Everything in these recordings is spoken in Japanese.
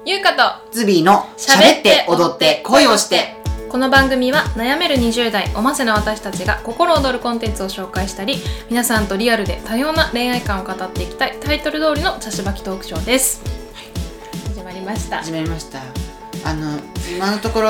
ゆうかとズビーの喋って踊って恋をして。 この番組は悩める20代おませな私たちが心躍るコンテンツを紹介したり、皆さんとリアルで多様な恋愛観を語っていきたいタイトル通りの茶芝きトークショーです、始まりました。 今のところ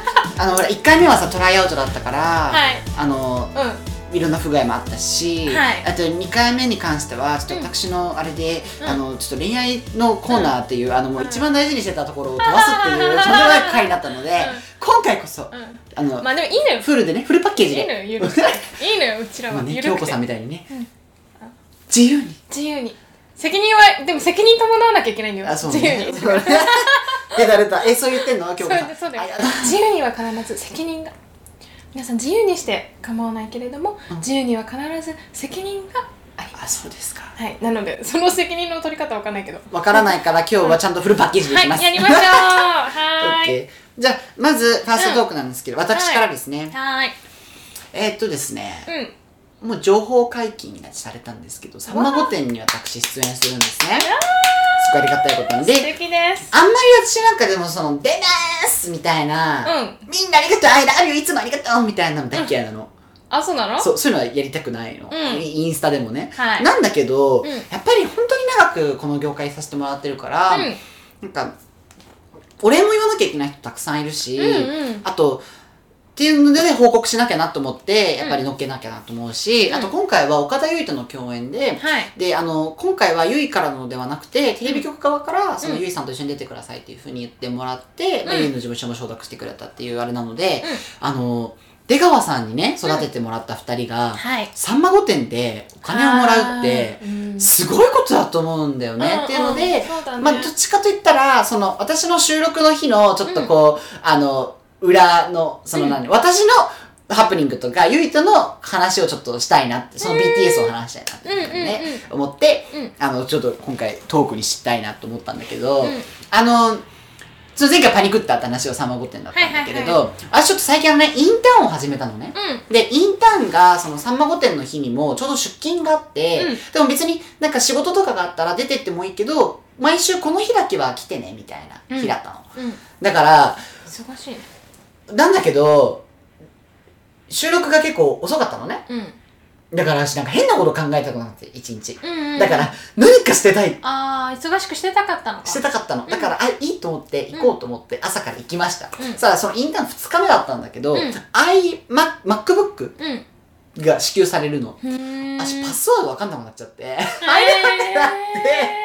1回目はさトライアウトだったから、 はい、 いろんな不具合もあったし、 はい、 あと2回目に関してはちょっと私のあれで、ちょっと恋愛のコーナーっていう、もう一番大事にしてたところを飛ばすっていうとんでもない回になったので、今回こそ、 まあでもいいのよ、 フルでね、フルパッケージでいいのよ、ゆるくていいのよ、うちらはね、京子さんみたいにね、自由に責任は、でも責任伴わなきゃいけないんだよ。 そうね、 自由にそう言ってんの京子さん。 そうだよ。自由には必ず責任が、皆さん自由にして構わないけれども、自由には必ず責任があります。 そうですか。 はい、なのでその責任の取り方わかんないけど、 わからないから今日はちゃんとフルパッケージでいきます。 はい、やりましょう。はい。 じゃあまずファーストトークなんですけど、私からですね。 はい。 ですね。もう情報解禁がされたんですけど、さんま御殿に私出演するんですね。すごいありがたいことなんで。 素敵です。 あんまり私なんかでも出ますみたいな、みんなありがとう、I love you、いつもありがとうみたいなの大嫌いなの。 あ、そうなの？ そういうのはやりたくないの。インスタでもね。なんだけど、やっぱり本当に長くこの業界させてもらってるから、なんか、お礼も言わなきゃいけない人たくさんいるし、あと、っていうので、ね、報告しなきゃなと思って、やっぱり乗っけなきゃなと思うし、あと今回は岡田結実との共演で、で、今回は結実からのではなくて、テレビ局側から、その結実さんと一緒に出てくださいっていうふうに言ってもらって、結実の事務所も承諾してくれたっていうあれなので、出川さんにね、育ててもらった2人が、さんま御殿でお金をもらうって、すごいことだと思うんだよね。っていうので、まあ、どっちかといったら、私の収録の日の、ちょっとこう、裏の、私のハプニングとか、ゆいとの話をちょっとしたいなって、その BTS を話したいなってね、思って、ちょっと今回トークにしたいなと思ったんだけど、その前回パニクったって話をさんま御殿だったんだけれど、私ちょっと最近インターンを始めたのね。で、インターンが、さんま御殿の日にもちょうど出勤があって、でも別になんか仕事とかがあったら出てってもいいけど、毎週この日だけは来てね、みたいな日だったの。だから、 忙しいね。 なんだけど、収録が結構遅かったのね。だから私なんか変なこと考えたくなって、一日。だから、何かしてたい。 忙しくしてたかったのか。 してたかったの。だから、いいと思って、行こうと思って、朝から行きました。さあ、そのインターン2日目だったんだけど、MacBook が支給されるの。私、パスワードわかんなくなっちゃって、入れなくなって、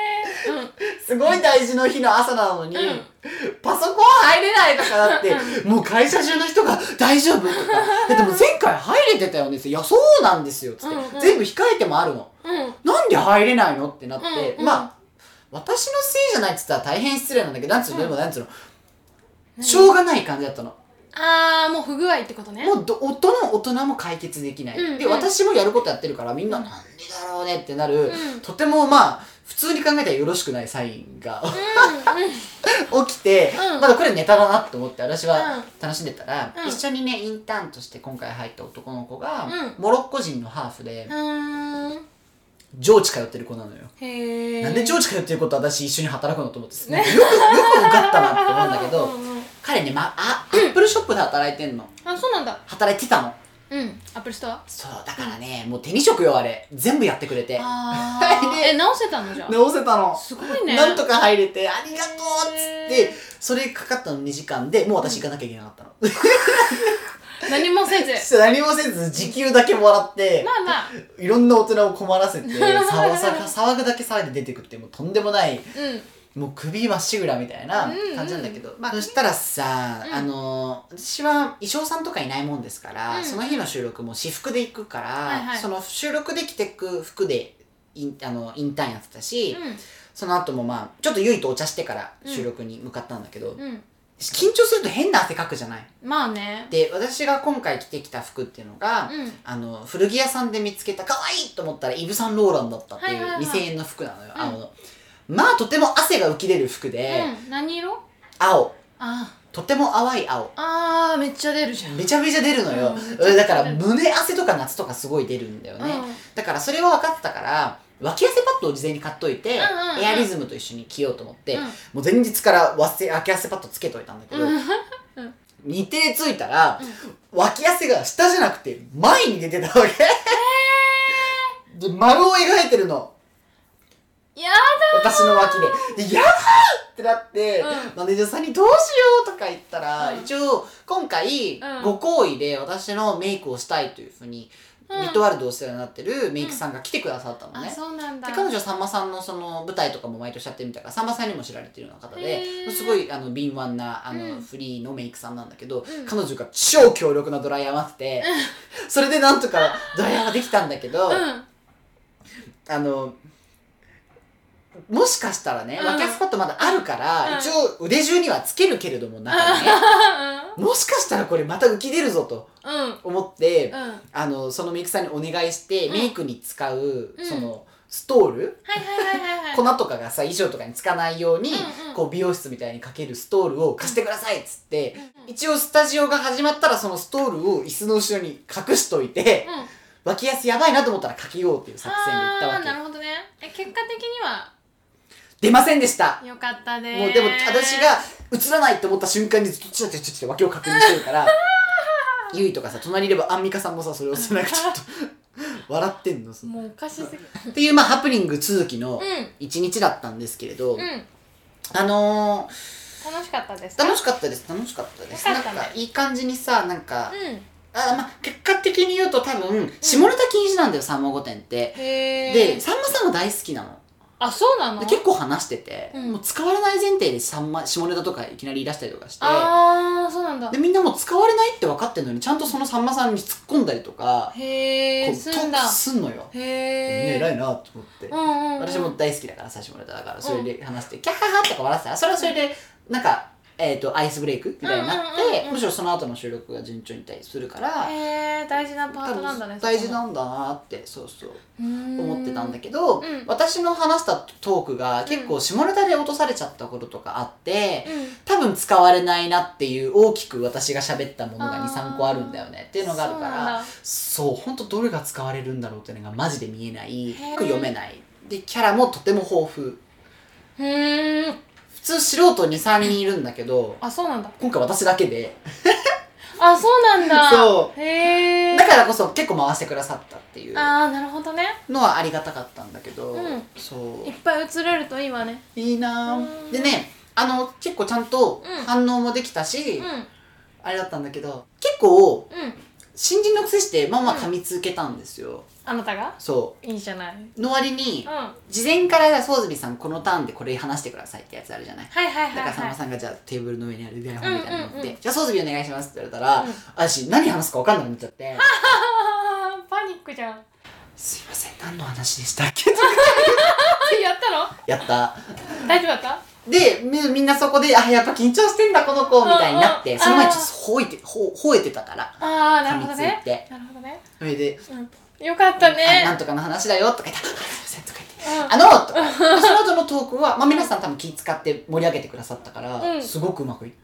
すごい大事の日の朝なのに、パソコン入れないとかだって、もう会社中の人が大丈夫とか、でも前回入れてたよねって、いや、そうなんですよ、つって、全部控えてもあるの。なんで入れないのってなって、まあ、私のせいじゃないって言ったら大変失礼なんだけど、なんつうの、しょうがない感じだったの。 もう不具合ってことね。 もう大人も解決できない。で、私もやることやってるから、みんななんでだろうねってなる、とてもまあ、普通に考えたらよろしくないサインが起きて、まだこれネタだなって思って私は楽しんでたら、一緒にね、インターンとして今回入った男の子が、モロッコ人のハーフで、上智通ってる子なのよ。なんで上智通ってる子と私一緒に働くのと思ってですね。よく受かったなって思うんだけど、彼ね、アップルショップで働いてんの。 そうなんだ。 働いてたの。 アップルストア？ そう、だからね、もう手に職よ、あれ。全部やってくれて。 直せたのじゃあ？ 直せたの。 すごいね。 なんとか入れて、ありがとうっつって、それかかったの2時間で、もう私行かなきゃいけなかったの。 何もせず。 何もせず、時給だけもらって、いろんな大人を困らせて、騒ぐだけ騒いで出てくって、もうとんでもない、もう首まっしぐらみたいな感じなんだけど、そしたらさ、私は衣装さんとかいないもんですから、その日の収録も私服で行くから、その収録で着てく服でインターンやってたし、その後もまあちょっとゆいとお茶してから収録に向かったんだけど、緊張すると変な汗かくじゃない。 まあね。 で、私が今回着てきた服っていうのが、古着屋さんで見つけた可愛いと思ったらイヴ・サンローランだったっていう2000円の服なのよ、青の。まあとても汗が浮き出る服で、 何色？ 青。とても淡い青。 めっちゃ出るじゃん。 めちゃめちゃ出るのよ。だから胸汗とか夏とかすごい出るんだよね。だからそれは分かってたから、 脇汗パッドを事前に買っといて、エアリズムと一緒に着ようと思って、もう前日から脇汗パッドつけといたんだけど、日程ついたら、脇汗が下じゃなくて前に出てたわけ。で、丸を描いてるの。 やだ私の脇で。やだーってなって、マネージャーさんにどうしようとか言ったら、一応、今回、ご好意で私のメイクをしたいというふうに、ビットワールドお世話になってるメイクさんが来てくださったのね。 あ、そうなんだ。 で、彼女はさんまさんのその舞台とかも毎年やってるみたいから、さんまさんにも知られてるような方で、すごい敏腕なフリーのメイクさんなんだけど、彼女が超強力なドライヤー待ってて、それでなんとかドライヤーができたんだけど、もしかしたらね、脇汗パッドまだあるから、一応腕中にはつけるけれども、中にね、もしかしたらこれまた浮き出るぞと思って、そのメイクさんにお願いして、メイクに使う、その、ストール粉とかがさ、衣装とかにつかないように、こう美容室みたいにかけるストールを貸してくださいっつって、一応スタジオが始まったらそのストールを椅子の後ろに隠しといて、脇汗やばいなと思ったらかけようっていう作戦で言ったわけ。 なるほどね。結果的には出ませんでした。 よかったね。 もうでも私が映らないって思った瞬間にずっとちょっと脇を確認してるからゆいとかさ、隣にいればアンミカさんもさ、それをなんかちょっと笑ってんの。 もうおかしすぎっていうハプニング続きの一日だったんですけれど、 楽しかったですか？ 楽しかったです。楽しかったです。なんかいい感じにさ、なんか結果的に言うと多分下ネタ禁止なんだよ、さんま御殿って。で、さんまさんも大好きなの。 あ、そうなの？ で結構話してて、もう使われない前提で下ネタとかいきなり言い出したりとかして、 ああ、そうなんだ。 でみんなもう使われないって分かってんのに、ちゃんとそのさんまさんに突っ込んだりとか、すんのよ。みんな偉いなと思って、私も大好きだからさ、下ネタだから、それで話してキャッハハとか笑ってたら、それはそれでなんかアイスブレイクみたいになって、むしろその後の収録が順調にいったりするから、 大事なパートなんだね。 大事なんだなって、そうそう思ってたんだけど、私の話したトークが結構下ネタで落とされちゃったこととかあって、多分使われないなっていう大きく私が喋ったものが 2,3 個あるんだよねっていうのがあるから、そう本当どれが使われるんだろうっていうのがマジで見えない、読めないで、キャラもとても豊富。普通素人 2,3 人いるんだけど、 あ、そうなんだ。 今回私だけであ、そうなんだ。 そう。だからこそ結構回してくださったっていうなるほどね。 のはありがたかったんだけど、 そういっぱい映れるといいわね。 いいなぁ。でね、結構ちゃんと反応もできたし、あれだったんだけど、結構新人のくせしてまあまあ噛みつけたんですよ。 あなたが？ そう。 いいじゃない。 の割に、事前からソウズビさんこのターンでこれ話してくださいってやつあるじゃない。だからさんまさんがじゃあテーブルの上にある台本みたいなの持って、じゃあソウズビお願いしますって言われたら、私何話すか分かんなくなっちゃって。 パニックじゃん。 すいません、何の話でしたっけ？ やったの？ やった。 大丈夫だった？ で、みんなそこで、やっぱ緊張してんだこの子みたいになって、その前ちょっと吠えてたから。 なるほどね。なるほどね。 それで、 よかったね。 なんとかの話だよとか言って、すいませんとか言って、とか、その後のトークは、皆さん多分気使って盛り上げてくださったから、すごくうまくいって、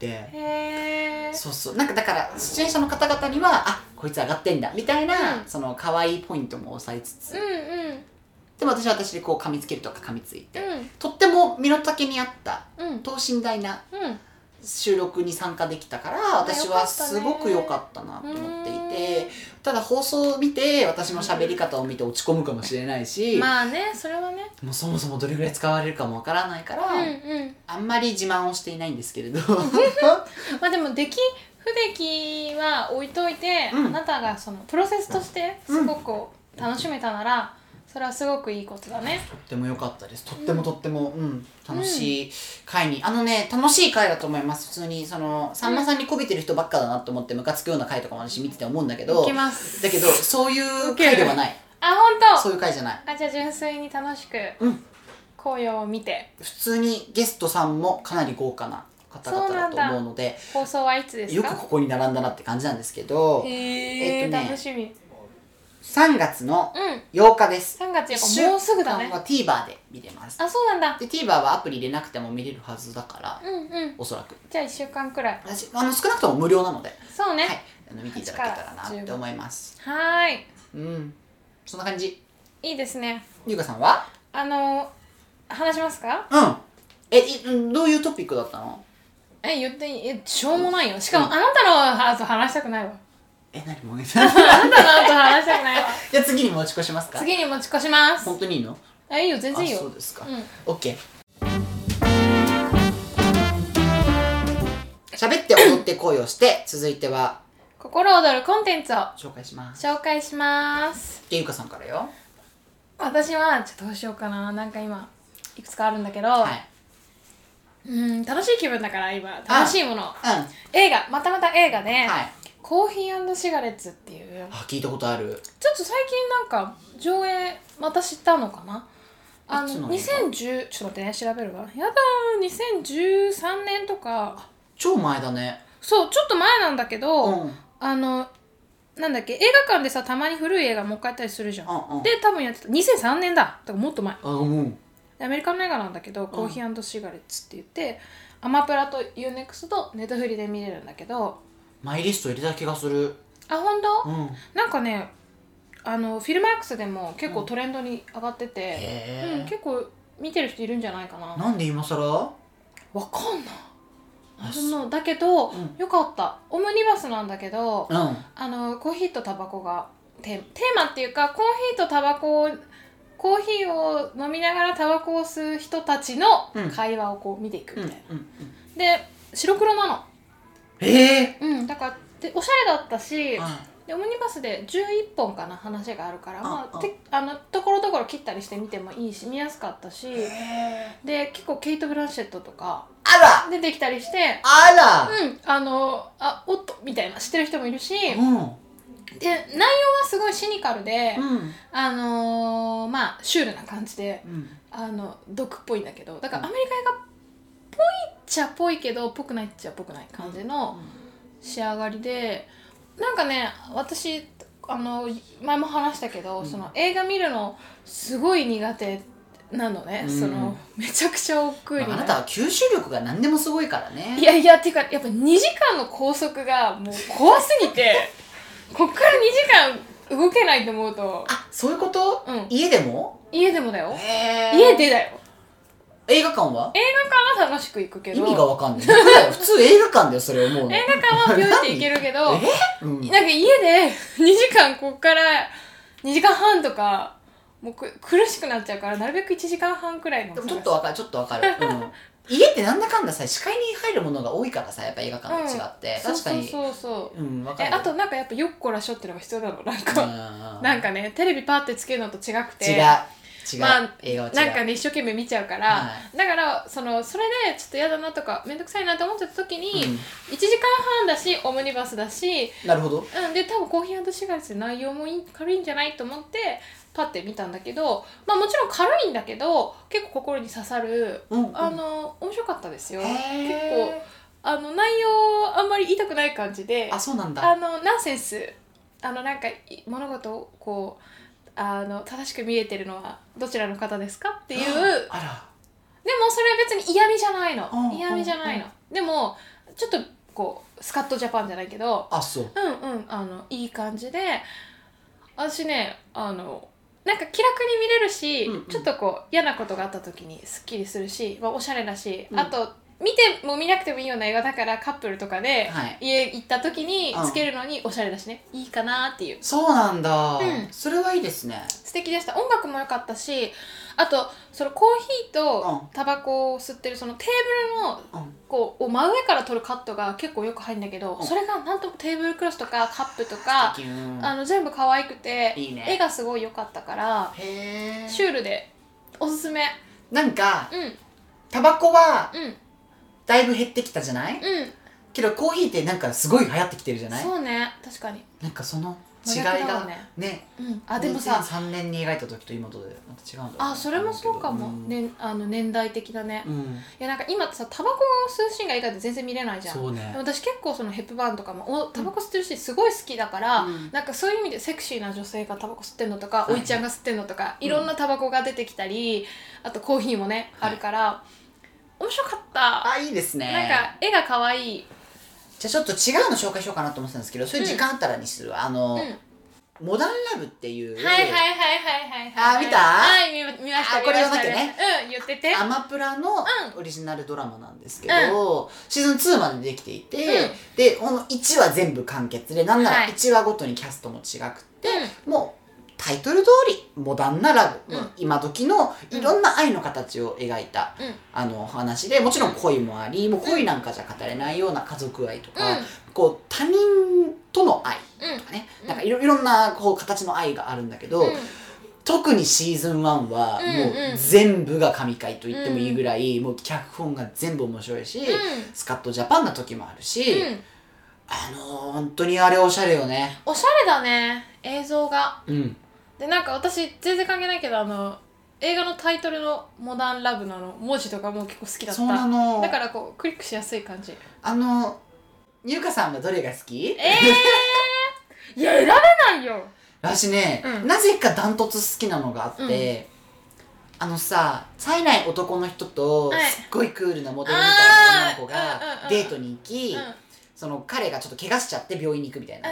そうそう。なんかだから、出演者の方々には、こいつ上がってんだ、みたいな、その可愛いポイントも抑えつつ、でも私は私でこう噛みつけるとか噛みついて、とっても身の丈に合った等身大な収録に参加できたから、私はすごく良かったなと思っていて、ただ放送を見て私の喋り方を見て落ち込むかもしれないし、 まあね、それはね、 もうそもそもどれぐらい使われるかもわからないから、あんまり自慢をしていないんですけれどまあでも出来不出来は置いといて、あなたがそのプロセスとしてすごく楽しめたなら、それはすごくいいことだね。 とっても良かったです。とっても楽しい回に、楽しい回だと思います。普通にさんまさんにこびてる人ばっかだなと思ってムカつくような回とかも私見てて思うんだけど、だけどそういう回ではない。 本当？ そういう回じゃない。 じゃあ純粋に楽しく紅葉を見て、 普通にゲストさんもかなり豪華な方々だと思うので、 放送はいつですか？ よくここに並んだなって感じなんですけど、 楽しみ。 3月の8日です。 3月8日、もうすぐだね。 1週間は TVer で見れます。 そうなんだ。 で TVer はアプリ入れなくても見れるはずだから、おそらく。 じゃあ1週間くらい。 少なくとも無料なので、 そうね。 はい、見ていただけたらなって思います。 はい。 そんな感じ。 いいですね。 ゆうかさんは？ 話しますか？ どういうトピックだったの？ 言っていい？しょうもないよ。しかも、あなたの後話したくないわ。 何も言あなたの後話したくないわ。 じゃあ次に持ち越しますか？ 次に持ち越します。 本当にいいの？ いいよ、全然いいよ。 そうですか。オッケー。喋って踊って恋をして、続いては心躍るコンテンツを紹介します。ゆうかさんからよ。 私はどうしようかな。なんか今いくつかあるんだけど、楽しい気分だから今楽しいもの、映画また映画で、コーヒー&シガレッツっていう、 聞いたことある。 ちょっと最近なんか上映また知ったのかな。2010ちょっと待ってね、調べるわ。やだー、2013年とか。 超前だね。 そう、ちょっと前なんだけど、なんだっけ、映画館でさ、たまに古い映画もう一回やったりするじゃん。で、多分やってた。2003年だ。だからもっと前。アメリカの映画なんだけど、コーヒー&シガレッツって言って、アマプラと UNEXT とネットフリで見れるんだけど、 マイリスト入れた気がする。 本当？なんかね、フィルマークスでも結構トレンドに上がってて、結構見てる人いるんじゃないかな。 なんで今更？ わかんない。だけど、よかった。オムニバスなんだけど、コーヒーとタバコがテーマっていうか、コーヒーを飲みながらタバコを吸う人たちの会話をこう見ていくみたいな。で、白黒なの。だからおしゃれだったし、でオムニバスで11本かな話があるから、ところどころ切ったりして見てもいいし、見やすかったし、で結構ケイト・ブランシェットとか出てきたりして、おっとみたいな知ってる人もいるし、で内容はすごいシニカルで、シュールな感じで、毒っぽいんだけど、だからアメリカ映画っぽいっちゃっぽいけどぽくないっちゃぽくない感じの仕上がりで、なんかね、私前も話したけど、その映画見るのすごい苦手なのね、そのめちゃくちゃ億劫になる。 あなたは吸収力が何でもすごいからね。 いやっていうか、やっぱ2時間の拘束がもう怖すぎてこっから2時間動けないと思うと。 そういうこと？家でもだよ。 家でだよ。 映画館は楽しく行くけど。 意味がわかんない。普通映画館だよ、それ思うの。 映画館はビューって行けるけどなんか家で2時間こっから2時間半とかもう苦しくなっちゃうから、なるべく1時間半くらいの。 ちょっとわかる。家ってなんだかんださ、視界に入るものが多いからさ、やっぱ映画館と違って。確かに。 そう。 わかる。 あとなんかやっぱよっこらしょってのが必要なの。なんかね、テレビパーってつけるのと違くて。映画は違う。なんかね、一生懸命見ちゃうから、だからそれでちょっと嫌だなとかめんどくさいなと思ってた時に、1時間半だしオムニバスだし、 なるほど。 で多分コーヒー&シガレッツで内容も軽いんじゃないと思ってパッて見たんだけど、もちろん軽いんだけど結構心に刺さる、面白かったですよ。結構内容あんまり言いたくない感じで、 そうなんだ。 ナンセンス、なんか物事をこう正しく見えてるのはどちらの方ですかっていう。でもそれは別に嫌味じゃないの。でもちょっとこうスカッとジャパンじゃないけど、いい感じで、私ねなんか気楽に見れるし、ちょっとこう嫌なことがあった時にスッキリするし、おしゃれだし、あと見ても見なくてもいいような映画だから、カップルとかで家行った時につけるのにおしゃれだしね、いいかなっていう。 そうなんだ。それはいいですね。 素敵でした。音楽も良かったし、あとそのコーヒーとタバコを吸ってるそのテーブルのこう真上から撮るカットが結構よく入るんだけど、それがなんともテーブルクロスとかカップとか全部可愛くて、絵がすごい良かったから、シュールでおすすめ。 なんかタバコはだいぶ減ってきたじゃない？けどコーヒーってなんかすごい流行ってきてるじゃない？ そうね、確かに。 なんかその違いがね、 でもさ、 2003年に描いた時と今とでまた違うんだ。 それもそうかも。年代的だね。いやなんか今ってさ、タバコを吸うシーンが映画で全然見れないじゃん。 そうね。 私結構そのヘップバーンとかもタバコ吸ってるシーンすごい好きだから、なんかそういう意味でセクシーな女性がタバコ吸ってんのとか、おいちゃんが吸ってんのとか、いろんなタバコが出てきたり、あとコーヒーもねあるから。面白かった。 いいですね。 なんか絵が可愛い。 じゃあちょっと違うの紹介しようかなと思ってたんですけど、そういう時間あったらにするわ。 モダンラブっていう、 はいはいはいはいはい。 見た？ はい、見ました。 これはだけね。 言ってて。 アマプラのオリジナルドラマなんですけど、シーズン2までできていて、で、この1話全部完結で、なんなら1話ごとにキャストも違くて、もう、タイトル通りモダンなラブ、今時のいろんな愛の形を描いた、お話で、もちろん恋もあり、もう恋なんかじゃ語れないような家族愛とか、こう他人との愛とかね、なんかいろんなこう形の愛があるんだけど、特にシーズン1はもう全部が神回と言ってもいいぐらい、もう脚本が全部面白いし、スカットジャパンな時もあるし、本当にあれおしゃれよね。 おしゃれだね、映像が。でなんか私全然関係ないけど映画のタイトルのモダンラブの文字とかも結構好きだった。 そうなの。 だからこうクリックしやすい感じ。 ゆかさんはどれが好き？ いや選べないよ。 私ね、なぜかダントツ好きなのがあって、さ冴えない男の人とすっごいクールなモデルみたいな女の子がデートに行き、その彼がちょっと怪我しちゃって病院に行くみたいな。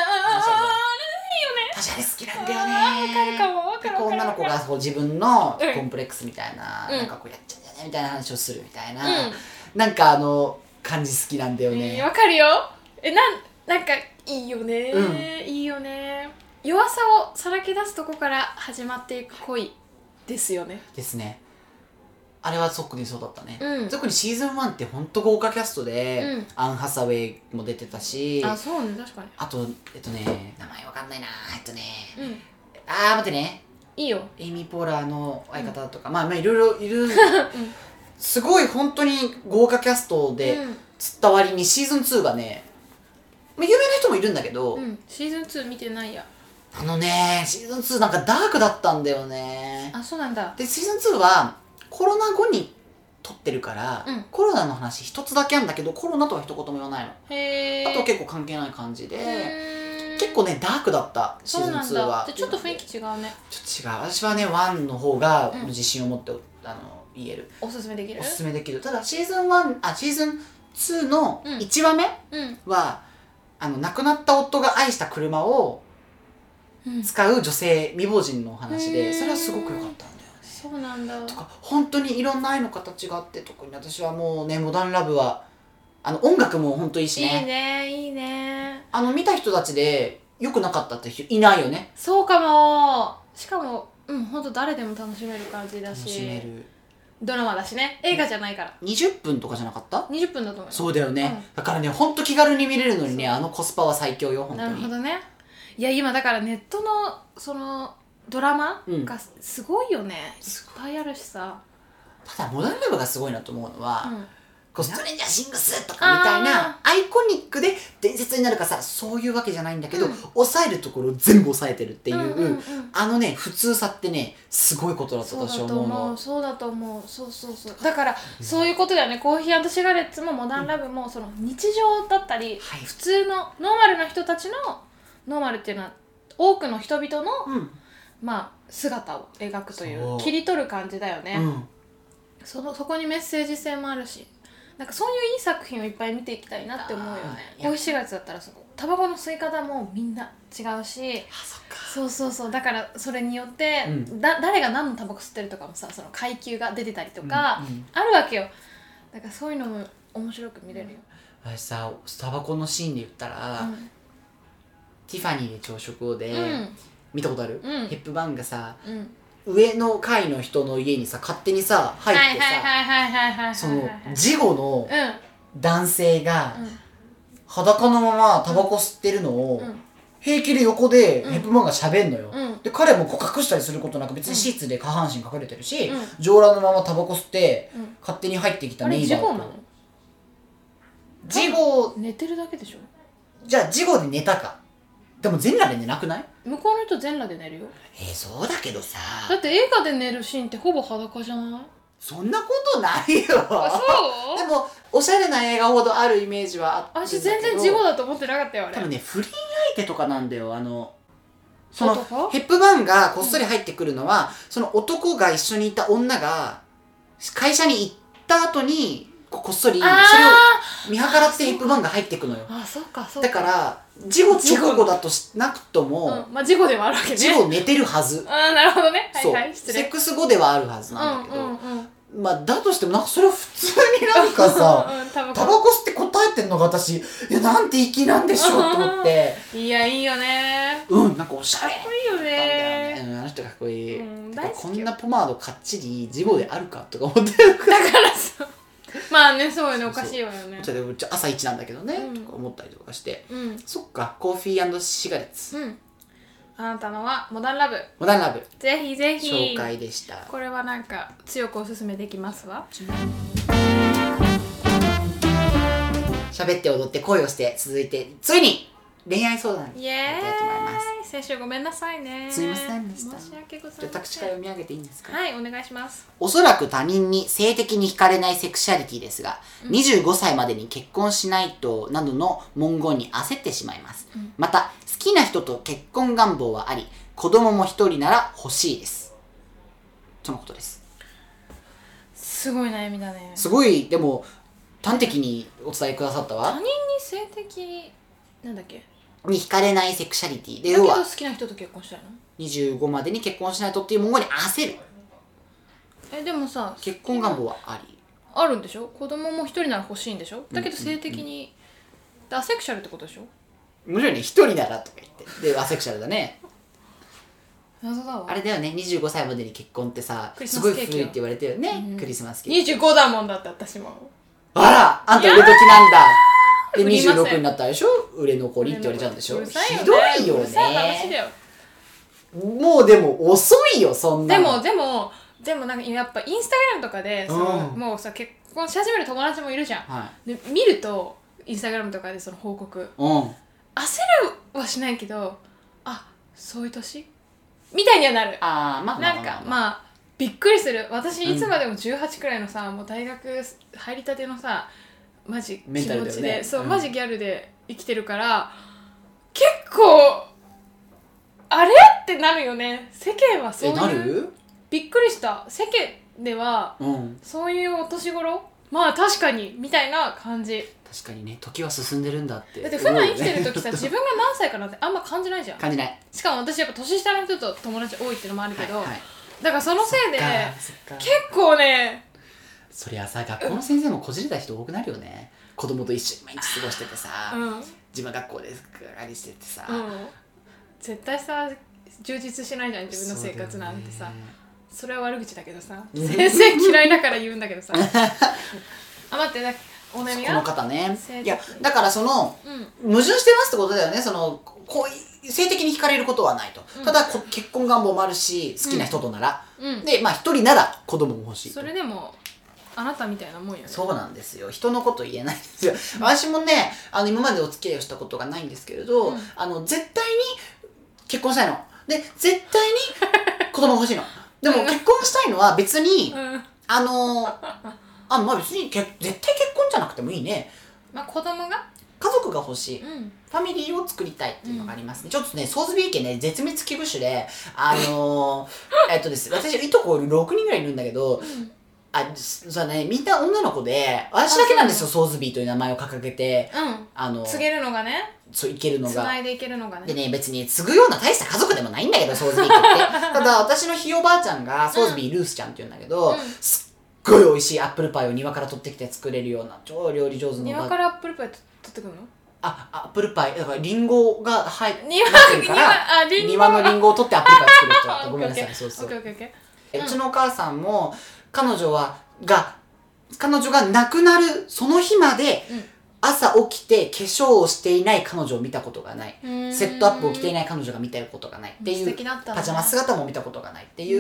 私あれ好きなんだよね。 わかるかも。 女の子がこう自分のコンプレックスみたいな、なんかこうやっちゃうんだよねみたいな話をするみたいな、なんか感じ好きなんだよね。 わかるよ。なんかいいよね、いいよね。弱さをさらけ出すとこから始まっていく恋ですよね。 ですね。あれは特にそうだったね。特にシーズン1ってほんと豪華キャストで、アン・ハサウェイも出てたし、 そうね、確かに。 あと名前わかんないな。待ってね。 いいよ。 エイミー・ポーラーの相方とか、まあいろいろいる。すごい本当に豪華キャストで釣った割にシーズン2はね、有名な人もいるんだけど、 シーズン2見てないや。 シーズン2なんかダークだったんだよね。 そうなんだ。 でシーズン2はコロナ後に撮ってるから、コロナの話一つだけあるんだけど、コロナとは一言も言わないの。あとは結構関係ない感じで、結構ねダークだったシーズン2は。 ちょっと雰囲気違うね。 ちょっと違う。私はね1の方が自信を持って言える。 おすすめできる。 ただシーズン2の1話目は、亡くなった夫が愛した車を使う女性未亡人のお話で、それはすごく良かったんだよね。 そうなんだ。 とか本当にいろんな愛の形があって、特に私はもうねモダンラブは音楽も本当いいしね。 いいね。 見た人たちで良くなかったって人いないよね。 そうかも。しかも本当誰でも楽しめる感じだし。 楽しめる。 ドラマだしね、映画じゃないから。 20分とかじゃなかった？ 20 分だと思う。 そうだよね、だからねほんと気軽に見れるのにね、コスパは最強よ本当に。 なるほどね。いや今だからネットのそのドラマがすごいよね、いっぱいあるしさ。 ただモダンラブがすごいなと思うのは、ストレンジャーシングスとかみたいなアイコニックで伝説になるかさ、そういうわけじゃないんだけど、抑えるところを全部抑えてるっていう、普通さってねすごいことだと私は思うの。 そうだと思う。そうだから、そういうことだよね。コーヒー&シガレッツもモダンラブも、その日常だったり、普通のノーマルな人たちの、ノーマルっていうのは多くの人々の、姿を描くという切り取る感じだよね。そこにメッセージ性もあるし、なんかそういういい作品をいっぱい見ていきたいなって思うよね。コーヒーシガレッツだったらタバコの吸い方もみんな違うし、そうだからそれによって、誰が何のタバコ吸ってるとかもさ、その階級が出てたりとかあるわけよ。だからそういうのも面白く見れるよ。 私さ、タバコのシーンで言ったら、ティファニーで朝食をで、見たことある？ヘップバーンがさ、上の階の人の家にさ勝手にさ入ってさ、その事後の男性が裸のままタバコ吸ってるのを平気で横でヘップバーンが喋んのよ。で彼もこう隠したりすることなく、別にシーツで下半身隠れてるし、上裸のままタバコ吸って勝手に入ってきたネイバーと。事後寝てるだけでしょ。 じゃあ事後で寝たか。でも全裸で寝なくない？ 向こうの人全裸で寝るよ。 そうだけどさ、 だって映画で寝るシーンってほぼ裸じゃない？ そんなことないよ。そう？でもおしゃれな映画ほどあるイメージはあったんだけど、 私全然事後だと思ってなかったよあれ。 多分ね、不倫相手とかなんだよ。そのヘップバーンがこっそり入ってくるのは、その男が一緒にいた女が会社に行った後にこっそりそれを見計らってリップバンが入っていくのよ。 あ、そうかそうか。 だから事後直後だとしなくとも、 まあ事後ではあるわけね。 事後寝てるはず。 なるほどね。はいはい、 そうセックス後ではあるはずなんだけど、まあだとしてもなんかそれは普通になんかさタバコ吸って答えてんのが私、いやなんて粋なんでしょうと思って。 いやいいよね。 なんかおしゃれ。 かっこいいよね。 あの人かっこいい。こんななポマードかっちり事後であるかとか思って。 だからさ。まあね、そうよね、おかしいわよね。 朝一なんだけどね、とか思ったりとかして、そっか、コーヒー&シガレッツ。 あなたのはモダンラブ。 モダンラブ。 ぜひぜひ。 紹介でした。 これはなんか強くおすすめできますわ。 喋って踊って恋をして続いてついに恋愛相談にやっていきます。先週ごめんなさいね。 すいませんでした。 申し訳ございません。 私から読み上げていいんですか？ はい、お願いします。 おそらく他人に性的に惹かれないセクシャリティですが、25歳までに結婚しないとなどの文言に焦ってしまいます。また、好きな人と結婚願望はあり、子供も一人なら欲しいです。とのことです。 すごい悩みだね。 すごい、でも、端的にお伝えくださったわ。 他人に性的、なんだっけに惹かれないセクシャリティで、 だけど好きな人と結婚したいの ？25までに結婚しないとっていう文言に焦る。 でもさ、 結婚願望はありあるんでしょ？子供も一人なら欲しいんでしょ？だけど性的に、アセクシャルってことでしょ？ 面白いね、一人ならとか言ってでアセクシャルだね。 謎だわ。 あれだよね、25歳までに結婚ってさ、すごい古いって言われてるよね、クリスマスケーキ。 25だもんだって私も。 あら、あんた売れ時なんだ。で26になったでしょ、売れ残りって言われちゃうんでしょ。ひどいよね。もうでも遅いよ、そんなの。 でもなんかやっぱインスタグラムとかでもうさ、結婚し始める友達もいるじゃん。で見るとインスタグラムとかでその報告、焦るはしないけど、あ、そういう年みたいにはなる。なんかまあびっくりする。私いつまでも18くらいのさ、もう大学入りたてのさ、マジ気持ちで、そう、マジギャルで生きてるから、結構あれってなるよね。世間はそういう。 なる？ びっくりした。世間では、そういうお年頃、まあ確かにみたいな感じ。 確かにね、時は進んでるんだって。 だって普段生きてる時さ、自分が何歳かなんてあんま感じないじゃん。 感じない。 しかも私やっぱ年下の人と友達多いっていうのもあるけど、だからそのせいで結構ね。 そりゃさ、学校の先生もこじれた人多くなるよね。子供と一緒に毎日過ごしててさ、自分学校でありしててさ、絶対さ充実しないじゃん、自分の生活なんてさ。それは悪口だけどさ、先生嫌いだから言うんだけどさ。あ、待って、お悩みがこの方ね。いやだからその、矛盾してますってことだよね。その性的に惹かれることはないと。ただ結婚願望もあるし、好きな人となら、でまあ一人なら子供も欲しい。 それでもあなたみたいなもんよね。 そうなんですよ。人のこと言えないんですよ。私もね、今までお付き合いをしたことがないんですけれど、絶対に結婚したいの。で、絶対に子供が欲しいの。でも結婚したいのは別に、まあ別に絶対結婚じゃなくてもいいね。 まあ子供が家族が欲しい、ファミリーを作りたいっていうのがありますね。ちょっとね、ソーズビー家ね、絶滅危惧種で、です、私、いとこ6人ぐらいいるんだけど、そうね、みんな女の子で、私だけなんですよ、ソーズビーという名前を掲げて、 継げるのがね。 そう、いけるのが。 繋いでいけるのがね。 でね、別に継ぐような大した家族でもないんだけど、ソーズビーって。ただ、私のひいおばあちゃんが、ソーズビールースちゃんって言うんだけど、すっごい美味しいアップルパイを庭から取ってきて作れるような、超料理上手の。 庭からアップルパイ取ってくるの？ アップルパイ、だからリンゴが入ってるから、庭のリンゴを取ってアップルパイ作る人だった。ごめんなさい、そうそう。うちのお母さんも、彼女が亡くなるその日まで、朝起きて化粧をしていない彼女を見たことがない。セットアップを着ていない彼女が見たことがないっていう。パジャマ姿も見たことがないっていう、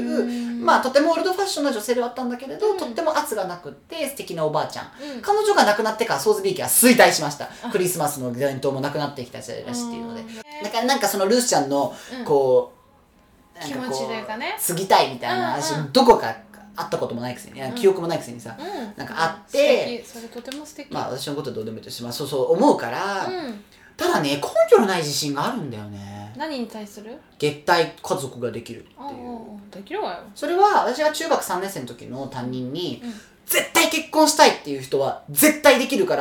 まあとてもオールドファッションな女性ではあったんだけれど、とっても圧がなくって素敵なおばあちゃん。彼女が亡くなってからソーズビー家は衰退しました。クリスマスの伝統もなくなってきた時代だしっていうので。だからなんかそのルースちゃんのこう、 気持ちというかね。 継ぎたいみたいな話、どこか会ったこともないくせに、記憶もないくせにさ、なんかあって、 それとても素敵。 まあ私のことどうでもいいとして、まあそう思うから、ただね、根拠のない自信があるんだよね。 何に対する？ 月対家族ができるっていう。 できるわよ。 それは私が中学3年生の時の担任に、絶対結婚したいっていう人は絶対できるから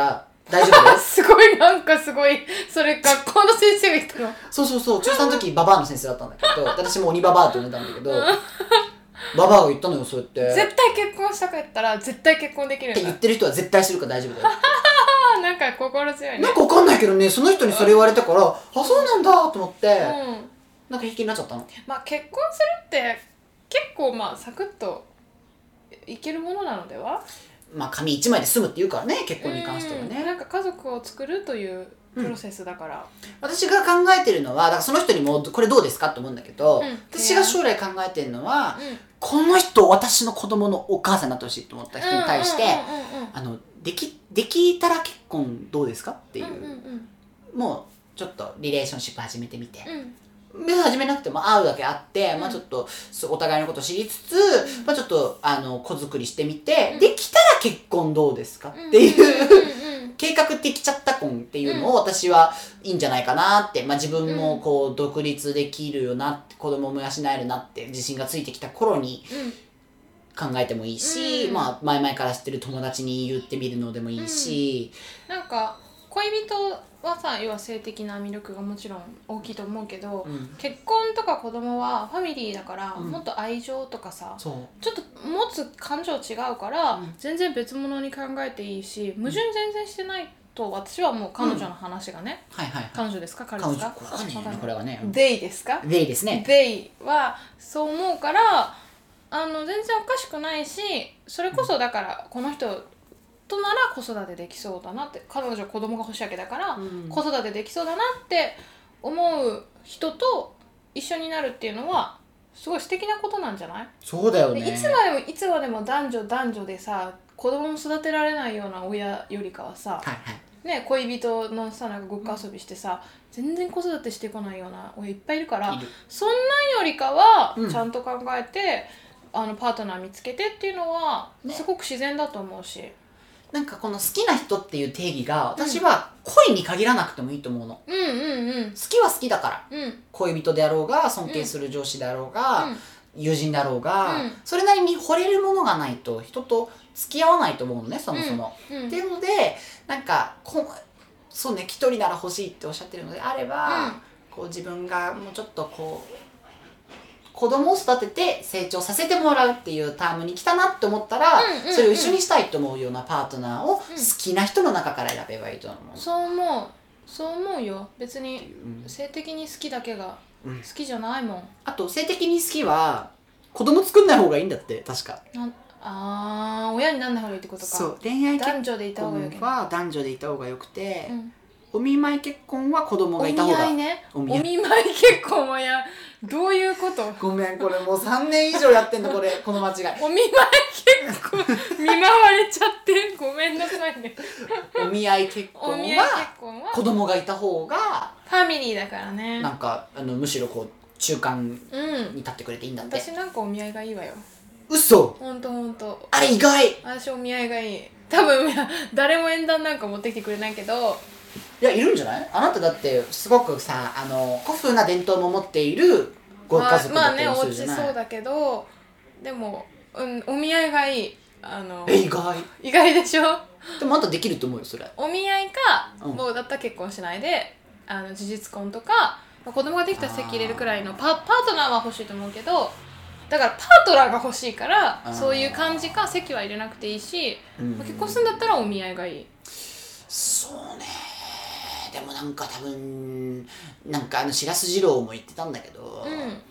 大丈夫すごい、なんかすごい、それ学校の先生が言ったの。 そう中3の時ババアの先生だったんだけど私も鬼ババアって呼んでたんだけどババアが言ったのよ、そうやって絶対結婚したかったら絶対結婚できるんだって言ってる人は絶対するから大丈夫だよなんか心強いね。 なんかわかんないけどね、その人にそれ言われたから、あ、そうなんだと思って、なんか平気になっちゃったの。 まあ結婚するって結構まあサクッといけるものなのでは。 まあ紙一枚で済むって言うからね、結婚に関してはね。 なんか家族を作るというプロセスだから、 私が考えてるのは、だからその人にもこれどうですかって思うんだけど、私が将来考えてるのは、この人私の子供のお母さんになってほしいと思った人に対して、できたら結婚どうですかっていう、もうちょっとリレーションシップ始めてみて、別に始めなくても会うだけ会って、まあちょっとお互いのこと知りつつ、まあちょっと子作りしてみて、できたら結婚どうですかっていう計画的ちゃった婚っていうのを私はいいんじゃないかなって、まあ自分もこう独立できるよなって、子供も養えるなって自信がついてきた頃に考えてもいいし、まあ前々から知ってる友達に言ってみるのでもいいし、 なんか恋人はさ、要は性的な魅力がもちろん大きいと思うけど、結婚とか子供はファミリーだから、もっと愛情とかさ、ちょっと持つ感情違うから、全然別物に考えていいし、矛盾全然してないと私はもう彼女の話がね、彼女ですか、彼ですか、 これはね、 デイですか、 デイですね、 デイはそう思うから、全然おかしくないし、それこそだからこの人となら子育てできそうだなって、彼女は子供が欲しいわけだから、子育てできそうだなって思う人と一緒になるっていうのはすごい素敵なことなんじゃない？ そうだよね。 いつまでも男女でさ、子供も育てられないような親よりかはさ、ね、恋人のさ、なんかごっこ遊びしてさ、全然子育てしてこないような親いっぱいいるから、そんなんよりかはちゃんと考えて、パートナー見つけてっていうのはすごく自然だと思うし、 なんかこの好きな人っていう定義が私は恋に限らなくてもいいと思うの。好きは好きだから、恋人であろうが尊敬する上司であろうが、友人であろうが、それなりに惚れるものがないと人と付き合わないと思うのね、そもそも。っていうので、なんかそうね、一人なら欲しいっておっしゃってるのであれば、こう自分がもうちょっとこう子供を育てて成長させてもらうっていうタームに来たなって思ったら、それを一緒にしたいと思うようなパートナーを好きな人の中から選べばいいと思う。 そう思うよ。別に性的に好きだけが好きじゃないもん。 あと性的に好きは子供作んない方がいいんだって、確か。 親になんない方がいいってことか。 そう、恋愛結婚は男女でいた方がよくて、お見舞い結婚は子供がいた方が。 お見舞い結婚はどういうこと？ ごめん、これもう3年以上やってんの、この間違い。 お見舞い結婚見舞われちゃってごめんなさいね。 お見合い結婚は子供がいた方がファミリーだからね。 なんかむしろこう中間に立ってくれていいんだって。 私なんかお見合いがいいわよ。 嘘？ ほんと。 あれ意外。 私お見合いがいい。多分誰も縁談なんか持ってきてくれないけど。 いや、いるんじゃない？あなただってすごくさ、古風な伝統も持っているご家族だったりするじゃない？ まあね、お家そうだけど、でも、お見合いがいい。 意外でしょ？ でもあんたできると思うよ、それ。 お見合いか、もうだったら結婚しないで、事実婚とか、子供ができたら籍入れるくらいのパートナーは欲しいと思うけど、だからパートナーが欲しいから、そういう感じか、籍は入れなくていいし、結婚するんだったらお見合いがいい。 そうね。でもなんか多分なんか白洲二郎も言ってたんだけど、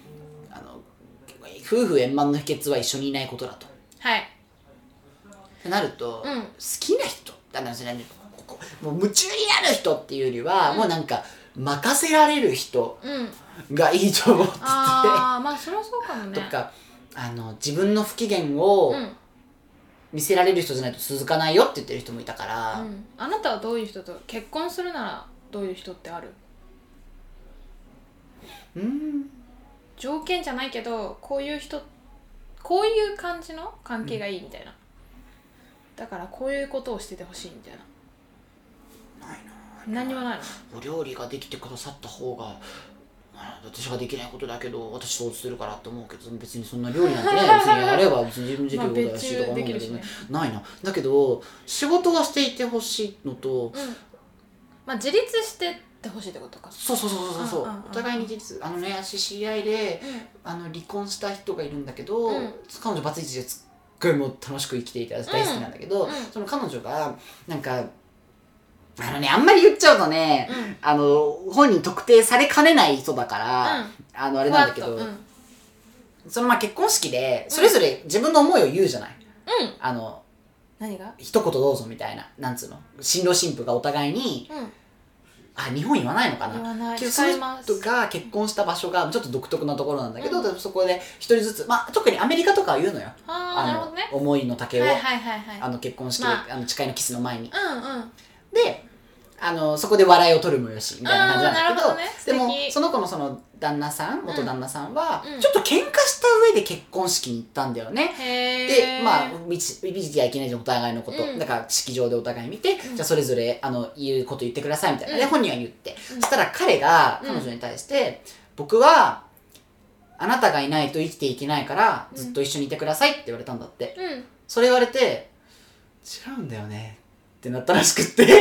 夫婦円満の秘訣は一緒にいないことだと。ってなると、好きな人もう夢中になる人っていうよりは、もうなんか任せられる人がいいと思ってて、 まあそりゃそうかもね。 とか自分の不機嫌を見せられる人じゃないと続かないよって言ってる人もいたから、 あなたはどういう人と結婚するならどういう人ってある？条件じゃないけど、こういう人、こういう感じの関係がいいみたいな、だからこういうことをしててほしいみたいな。ないな。何もないの？ お料理ができてくださった方が私ができないことだけど私そうするからって思うけど、別にそんな料理なんてね別にやれば別に自分でできることだしとか思うんだけどね、ないな。だけど仕事はしていてほしいのと、 自立してってほしいってことか。 そう、お互いに自立。私知り合いで、離婚した人がいるんだけど、彼女バツイチですっごいもう楽しく生きていて大好きなんだけど、その彼女がなんかあんまり言っちゃうとね、本人特定されかねない人だから、あれなんだけど、その結婚式でそれぞれ自分の思いを言うじゃない。 何が一言どうぞみたいな、なんつうの、新郎新婦がお互いに、日本言わないのかな。 言わない。 その人が結婚した場所がちょっと独特なところなんだけど、そこで一人ずつ、特にアメリカとかは言うのよ。 なるほどね。 思いの丈を、結婚式で、誓いのキスの前に。で、そこで笑いを取るもよしみたいな感じなんだけど、でもその子のその旦那さん、元旦那さんはちょっと喧嘩した上で結婚式に行ったんだよね。で見ちゃいけないじゃんお互いのこと、だから式場でお互い見て、じゃあそれぞれ言うこと言ってくださいみたいな、で本人は言って、そしたら彼が彼女に対して僕はあなたがいないと生きていけないからずっと一緒にいてくださいって言われたんだって。それ言われて違うんだよねってなったらしくって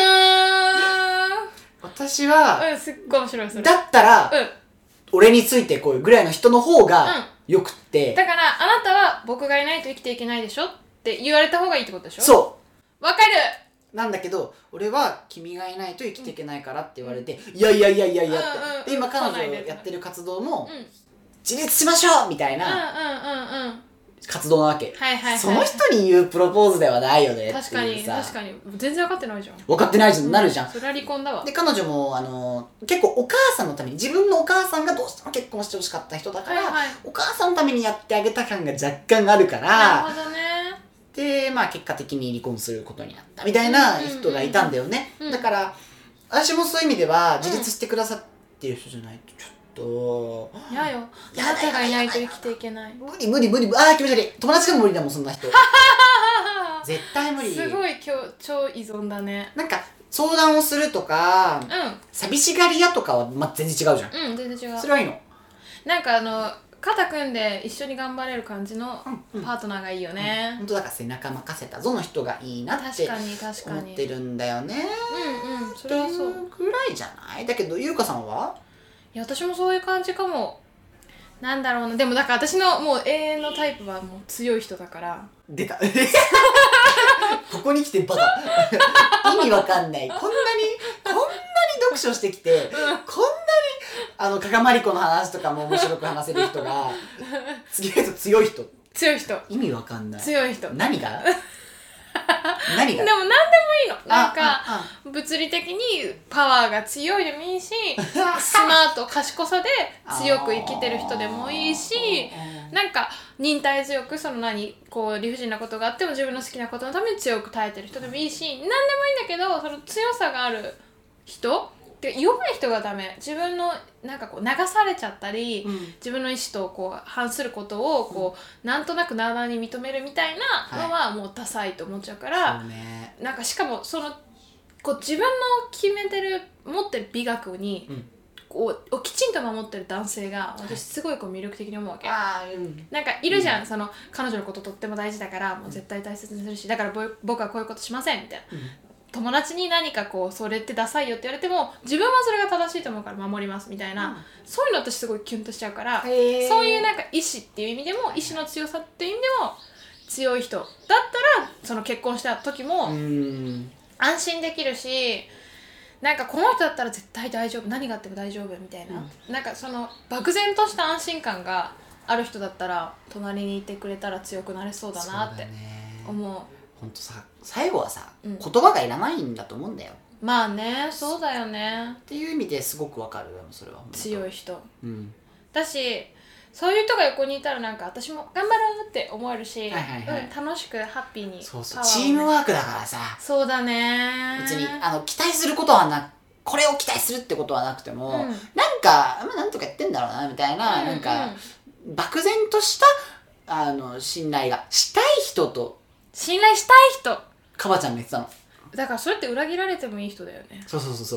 私は、 すっごい面白いそれ。 だったら、俺についてこいぐらいの人の方がよくって、 だからあなたは僕がいないと生きていけないでしょって言われた方がいいってことでしょ。 そうわかる。 なんだけど俺は君がいないと生きていけないからって言われて、いやってで今彼女やってる活動も、自立しましょうみたいな活動なわけ。その人に言うプロポーズではないよねっていうさ。 確かに全然分かってないじゃん。 分かってないじゃん、なるじゃん。 それは離婚だわ。 で彼女も結構お母さんのために、自分のお母さんがどうしても結婚してほしかった人だから、お母さんのためにやってあげた感が若干あるから、 なるほどね。 で結果的に離婚することになったみたいな人がいたんだよね。だから私もそういう意味では自立してくださってる人じゃないとちょっと嫌よ。あなたがいないと生きていけない。 無理気持ち悪い。友達でも無理だもんそんな人絶対無理。 すごい超依存だね。 なんか相談をするとか、寂しがり屋とかは全然違うじゃん。 全然違う。 それはいいの。 なんか肩組んで一緒に頑張れる感じのパートナーがいいよね。 本当だから背中任せたぞの人がいいなって思ってるんだよね。 それはそう。 くらいじゃない。だけど優香さんは？ いや私もそういう感じかも。なんだろうな。でもだから私のもう永遠のタイプはもう強い人だから。 出たここに来てバカ意味わかんない。こんなに読書してきて、こんなに加賀まりこの話とかも面白く話せる人が次の人強い人意味わかんない。 強い人何がでも何でもいいの。なんか物理的にパワーが強いでもいいしスマート賢さで強く生きてる人でもいいし、なんか忍耐強くこう理不尽なことがあっても自分の好きなことのために強く耐えてる人でもいいし、何でもいいんだけどその強さがある人で弱い人がダメ。自分のなんかこう流されちゃったり、自分の意思とこう反することをこう、なんとなくなあなあに認めるみたいなのはもうダサいと思っちゃうから、なんかしかもこう自分の決めてる持ってる美学に、こうきちんと守ってる男性が私すごいこう魅力的に思うわけ。なんかいるじゃん、その彼女のこととっても大事だからもう絶対大切にするし、だから僕はこういうことしませんみたいな。友達に何かこうそれってダサいよって言われても自分はそれが正しいと思うから守りますみたいな、そういうの私すごいキュンとしちゃうから、そういうなんか意志っていう意味でも意志の強さっていう意味でも強い人だったらその結婚した時も安心できるし、なんかこの人だったら絶対大丈夫、何があっても大丈夫みたいな、なんかその漠然とした安心感がある人だったら隣にいてくれたら強くなれそうだなって思う。 ほんとさ、最後はさ、言葉がいらないんだと思うんだよ。 まあね、そうだよねっていう意味ですごくわかるよ、それは。 強い人、だしそういう人が横にいたらなんか私も頑張ろうって思えるし、楽しくハッピーにそうチームワークだからさ。 そうだね。 別に期待することはこれを期待するってことはなくても、なんかなんとかやってんだろうなみたいな、なんか漠然とした信頼がしたい人と信頼したい人、 カバちゃんが言ってたの。 だからそれって裏切られてもいい人だよね。 そう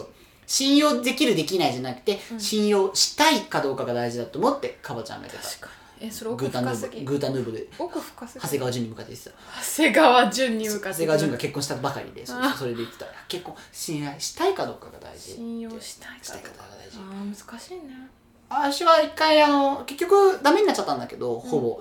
信用できるできないじゃなくて、信用したいかどうかが大事だと思ってカバちゃんが言ってた。 確かに。それ奥深すぎ。 グータンヌーボで奥深すぎ。 長谷川潤に向かって言ってた。 長谷川潤に向かって。 長谷川潤が結婚したばかりで、それで言ってた。結婚信頼したいかどうかが大事。 信用したいかどうかが大事。難しいね。 私は一回結局ダメになっちゃったんだけど、ほぼ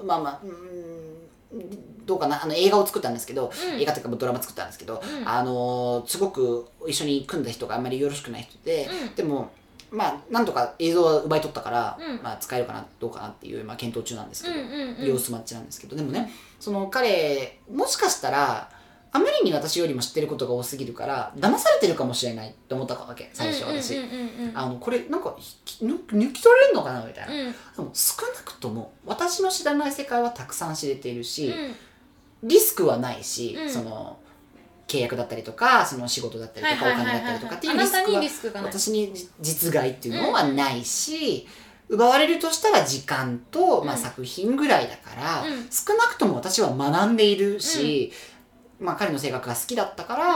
どうかな、映画を作ったんですけど、映画というかドラマ作ったんですけど、すごく一緒に組んだ人があんまりよろしくない人で、でもなんとか映像は奪い取ったから、使えるかなどうかなっていう、検討中なんですけど、様子待ちなんですけど、でもね、その彼もしかしたらあまりに私よりも知ってることが多すぎるから騙されてるかもしれないって思ったわけ、最初私。これなんか抜き取れるのかなみたいな。でも少なくとも私の知らない世界はたくさん知れているし、リスクはないし、その契約だったりとか、その仕事だったりとか、お金だったりとかっていうリスクは私に実害っていうのはないし、奪われるとしたら時間と、作品ぐらいだから、少なくとも私は学んでいるし、彼の性格が好きだったから、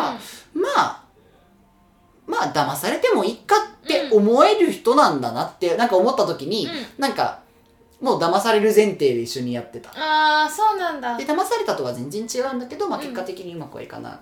騙されてもいいかって思える人なんだなってなんか思った時に、なんかもう騙される前提で一緒にやってた。 ああ、そうなんだ。 で騙されたとは全然違うんだけど、結果的にうまくはいかない。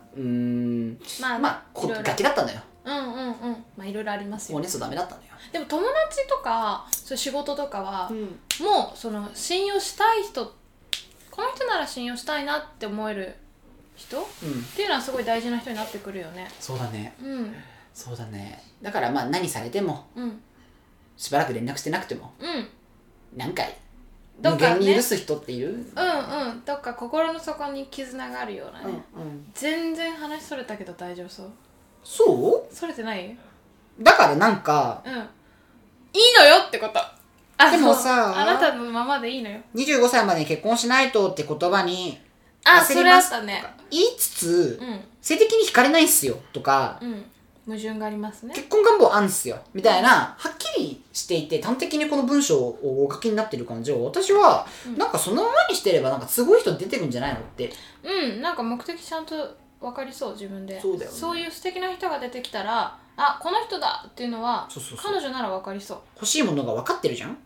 ガキだったのよ。 いろいろありますよ。 もうね、そうダメだったのよ。 でも友達とかそういう仕事とかは、もうその信用したい人、この人なら信用したいなって思える人、っていうのはすごい大事な人になってくるよね。 そうだね。そうだね。だから何されても、しばらく連絡してなくても、何回無限に許す人っている？ どっか心の底に絆があるようなね。全然話それたけど大丈夫そう？ そう？ それてない？ だからなんか、 いいのよってこと。 でもさ、 あなたのままでいいのよ。 25歳までに結婚しないとって言葉にそれあったね。 言いつつ、性的に惹かれないっすよとか、 矛盾がありますね。 結婚願望あんすよみたいな、はっきりしていて端的にこの文章をお書きになってる感じを、私はなんかそのままにしてればなんかすごい人出てくんじゃないのって。 なんか目的ちゃんと分かりそう、自分で。 そうだよね。 そういう素敵な人が出てきたら、この人だっていうのは彼女なら分かりそう。 欲しいものが分かってるじゃん。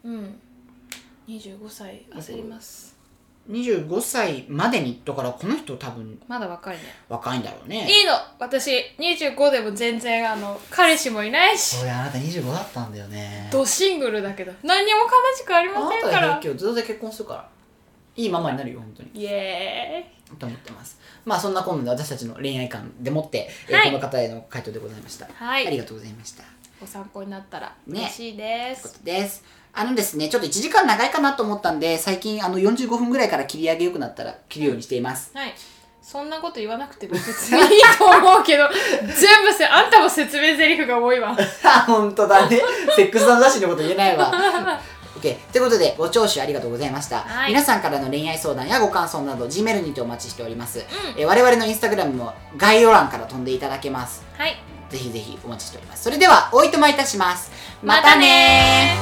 25歳焦ります。 25歳までに、だからこの人多分まだ若いね。 若いんだろうね。 いいの、私25でも全然彼氏もいないし。 そうや、あなた25だったんだよね。 ドシングルだけど何にも悲しくありませんから。 あなたは今日ずっと結婚するからいいママになるよ、本当に。 イエーイと思ってます。そんな今度で私たちの恋愛観でもって、この方への回答でございました。ありがとうございました。 ご参考になったら嬉しいです。 ということです。ですね、ちょっと1時間長いかなと思ったんで、最近45分ぐらいから切り上げよくなったら切るようにしています。 そんなこと言わなくても別にいいと思うけど、全部あんたも説明台詞が多いわ。 本当だね。セックスの雑誌のこと言えないわ。OK。ということで、ご聴取ありがとうございました。皆さんからの恋愛相談やご感想など、Gmail にてお待ちしております。我々のインスタグラムも概要欄から飛んでいただけます。ぜひぜひお待ちしております。それでは、おいとまいたします。またねー。